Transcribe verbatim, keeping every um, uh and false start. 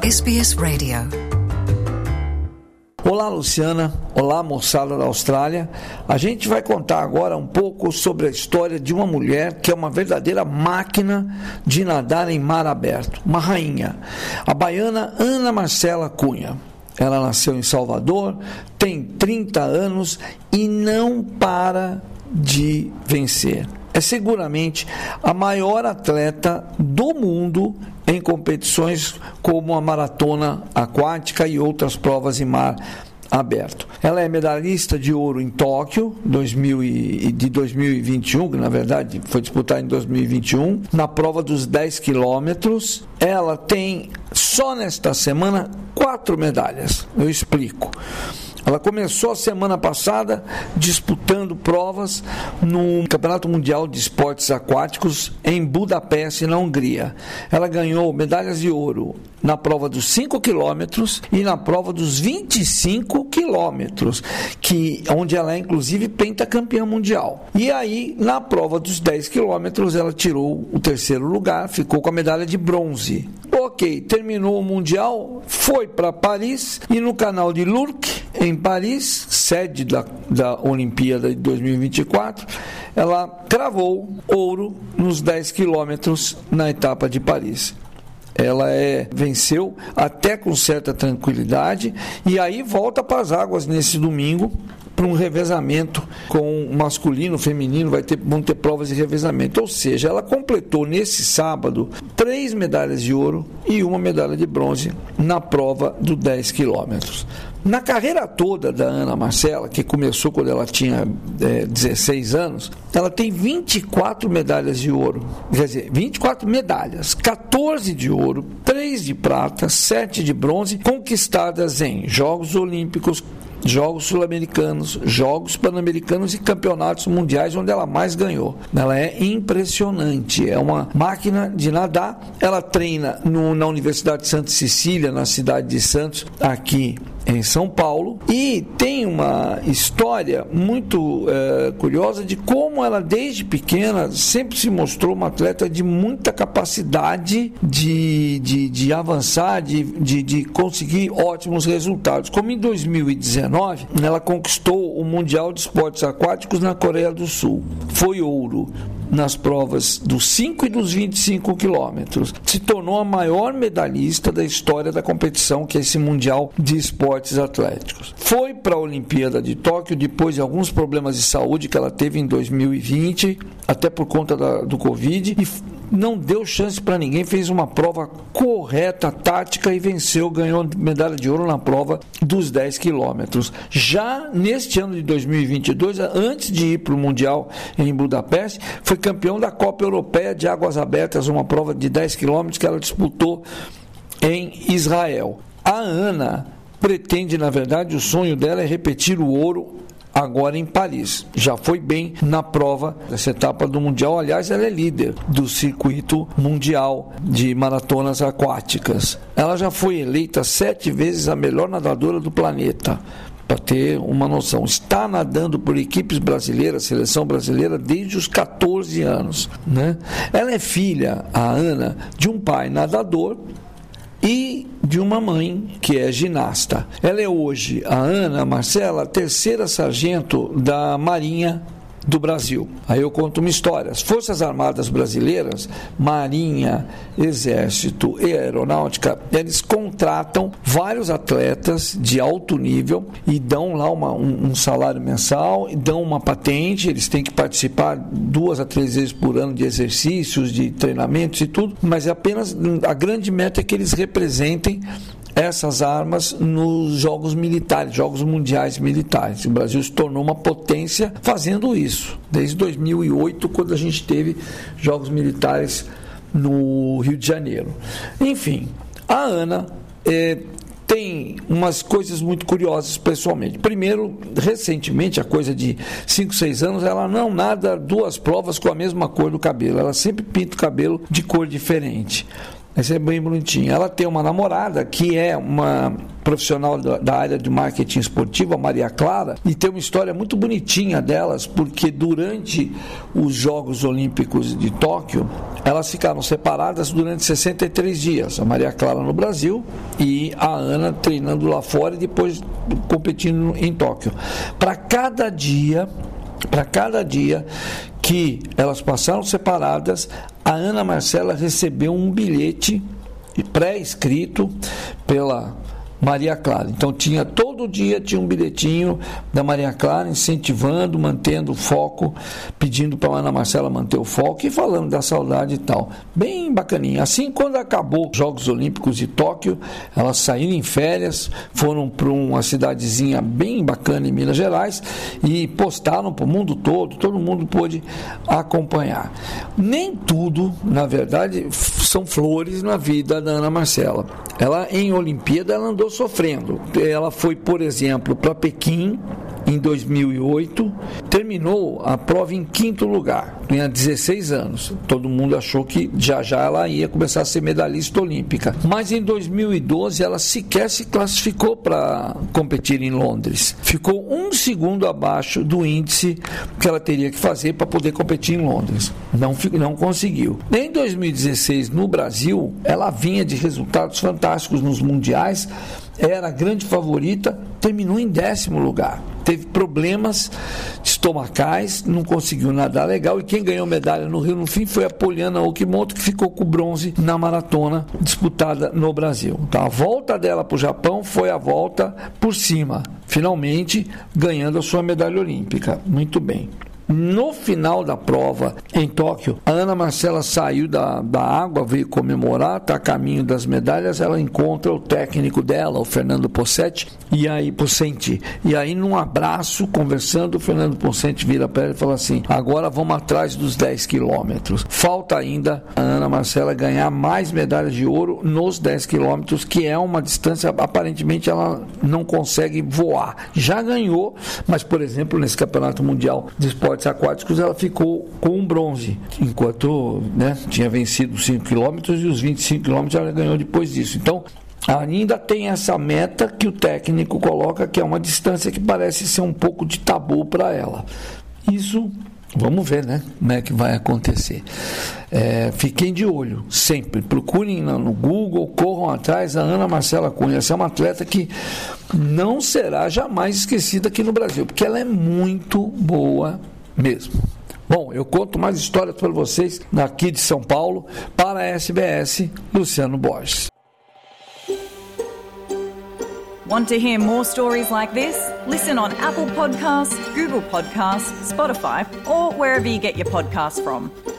S B S Radio. Olá, Luciana. Olá, moçada da Austrália. A gente vai contar agora um pouco sobre a história de uma mulher que é uma verdadeira máquina de nadar em mar aberto. Uma rainha. A baiana Ana Marcela Cunha. Ela nasceu em Salvador, tem trinta anos e não para de vencer. É seguramente a maior atleta do mundo em competições como a maratona aquática e outras provas em mar aberto. Ela é medalhista de ouro em Tóquio dois mil e, de dois mil e vinte e um, que na verdade foi disputada em dois mil e vinte e um, na prova dos dez quilômetros. Ela tem, só nesta semana, quatro medalhas. Eu explico. Ela começou a semana passada disputando provas no Campeonato Mundial de Esportes Aquáticos em Budapeste, na Hungria. Ela ganhou medalhas de ouro na prova dos cinco quilômetros e na prova dos vinte e cinco quilômetros, que, onde ela é inclusive pentacampeã mundial. E aí, na prova dos dez quilômetros, ela tirou o terceiro lugar, ficou com a medalha de bronze. Ok, terminou o Mundial, foi para Paris e no canal de Lourdes, em Paris, sede da, da Olimpíada de dois mil e vinte e quatro, ela cravou ouro nos dez quilômetros na etapa de Paris. Ela é, venceu até com certa tranquilidade e aí volta para as águas nesse domingo para um revezamento com masculino, feminino, vai ter, vão ter provas de revezamento. Ou seja, ela completou nesse sábado três medalhas de ouro e uma medalha de bronze na prova dos dez quilômetros. Na carreira toda da Ana Marcela, que começou quando ela tinha é, dezesseis anos, ela tem vinte e quatro medalhas de ouro. Quer dizer, vinte e quatro medalhas, catorze de ouro, três de prata, sete de bronze, conquistadas em Jogos Olímpicos, Jogos Sul-Americanos, Jogos Pan-Americanos e Campeonatos Mundiais, onde ela mais ganhou. Ela é impressionante, é uma máquina de nadar. Ela treina no, na Universidade de Santa Cecília, na cidade de Santos, aqui em São Paulo, e tem uma história muito é, curiosa de como ela desde pequena sempre se mostrou uma atleta de muita capacidade de, de, de avançar, de, de, de conseguir ótimos resultados, como em dois mil e dezenove ela conquistou o Mundial de Esportes Aquáticos na Coreia do Sul, foi ouro nas provas dos cinco e dos vinte e cinco quilômetros, se tornou a maior medalhista da história da competição, que é esse Mundial de Esportes Atléticos. Foi para a Olimpíada de Tóquio depois de alguns problemas de saúde que ela teve em dois mil e vinte, até por conta da, do Covid, e não deu chance para ninguém, fez uma prova correta, tática e venceu, ganhou medalha de ouro na prova dos dez quilômetros. Já neste ano de dois mil e vinte e dois, antes de ir para o Mundial em Budapeste, foi campeão da Copa Europeia de Águas Abertas, uma prova de dez quilômetros que ela disputou em Israel. A Ana pretende, na verdade, o sonho dela é repetir o ouro agora em Paris. Já foi bem na prova dessa etapa do Mundial. Aliás, ela é líder do circuito mundial de maratonas aquáticas. Ela já foi eleita sete vezes a melhor nadadora do planeta, para ter uma noção. Está nadando por equipes brasileiras, seleção brasileira, desde os catorze anos. Né? Ela é filha, a Ana, de um pai nadador e de uma mãe que é ginasta. Ela é hoje, a Ana Marcela, terceira sargento da Marinha do Brasil. Aí eu conto uma história. As Forças Armadas Brasileiras, Marinha, Exército e Aeronáutica, eles contratam vários atletas de alto nível e dão lá uma, um, um salário mensal, e dão uma patente, eles têm que participar duas a três vezes por ano de exercícios, de treinamentos e tudo, mas é apenas, a grande meta é que eles representem essas armas nos jogos militares, jogos mundiais militares. O Brasil se tornou uma potência fazendo isso, desde dois mil e oito, quando a gente teve jogos militares no Rio de Janeiro. Enfim, a Ana é, tem umas coisas muito curiosas pessoalmente. Primeiro, recentemente, a coisa de cinco, seis anos, ela não nada duas provas com a mesma cor do cabelo, ela sempre pinta o cabelo de cor diferente. Essa é bem bonitinha. Ela tem uma namorada que é uma profissional da, da área de marketing esportivo, a Maria Clara, e tem uma história muito bonitinha delas, porque durante os Jogos Olímpicos de Tóquio, elas ficaram separadas durante sessenta e três dias. A Maria Clara no Brasil e a Ana treinando lá fora e depois competindo em Tóquio. Para cada dia, para cada dia que elas passaram separadas, a Ana Marcela recebeu um bilhete pré-escrito pela Maria Clara. Então tinha todo dia tinha um bilhetinho da Maria Clara incentivando, mantendo o foco, pedindo para a Ana Marcela manter o foco e falando da saudade e tal. Bem bacaninha. Assim, quando acabou os Jogos Olímpicos de Tóquio, elas saíram em férias, foram para uma cidadezinha bem bacana em Minas Gerais e postaram para o mundo todo, todo mundo pôde acompanhar. Nem tudo, na verdade, são flores na vida da Ana Marcela. Ela, em Olimpíada, ela andou sofrendo. Ela foi, por exemplo, para Pequim em dois mil e oito, terminou a prova em quinto lugar, tinha dezesseis anos. Todo mundo achou que já já ela ia começar a ser medalhista olímpica. Mas em dois mil e doze ela sequer se classificou para competir em Londres. Ficou um segundo abaixo do índice que ela teria que fazer para poder competir em Londres. Não, não conseguiu. Em dois mil e dezesseis, no Brasil, ela vinha de resultados fantásticos nos mundiais, era a grande favorita, terminou em décimo lugar. Teve problemas estomacais, não conseguiu nadar legal, e quem ganhou medalha no Rio no fim foi a Poliana Okimoto, que ficou com bronze na maratona disputada no Brasil. Então, a volta dela para o Japão foi a volta por cima, finalmente ganhando a sua medalha olímpica. Muito bem. No final da prova, em Tóquio, a Ana Marcela saiu da, da água, veio comemorar, está a caminho das medalhas, ela encontra o técnico dela, o Fernando Poccetti, e aí, Poccetti, e aí num abraço, conversando, o Fernando Poccetti vira para ela e fala assim: agora vamos atrás dos dez quilômetros. Falta ainda a Ana Marcela ganhar mais medalhas de ouro nos dez quilômetros, que é uma distância, aparentemente ela não consegue voar. Já ganhou, mas, por exemplo, nesse Campeonato Mundial de Esportes Aquáticos, ela ficou com um bronze, enquanto, né, tinha vencido os cinco quilômetros e os vinte e cinco quilômetros ela ganhou depois disso. Então, ainda tem essa meta que o técnico coloca, que é uma distância que parece ser um pouco de tabu para ela. Isso, vamos ver, né, como é que vai acontecer. É, fiquem de olho, sempre. Procurem no Google, corram atrás da Ana Marcela Cunha. Essa é uma atleta que não será jamais esquecida aqui no Brasil, porque ela é muito boa mesmo. Bom, eu conto mais histórias para vocês aqui de São Paulo, para a S B S, Luciano Borges. Want to hear more stories like this? Listen on Apple Podcasts, Google Podcasts, Spotify, or wherever you get your podcasts from.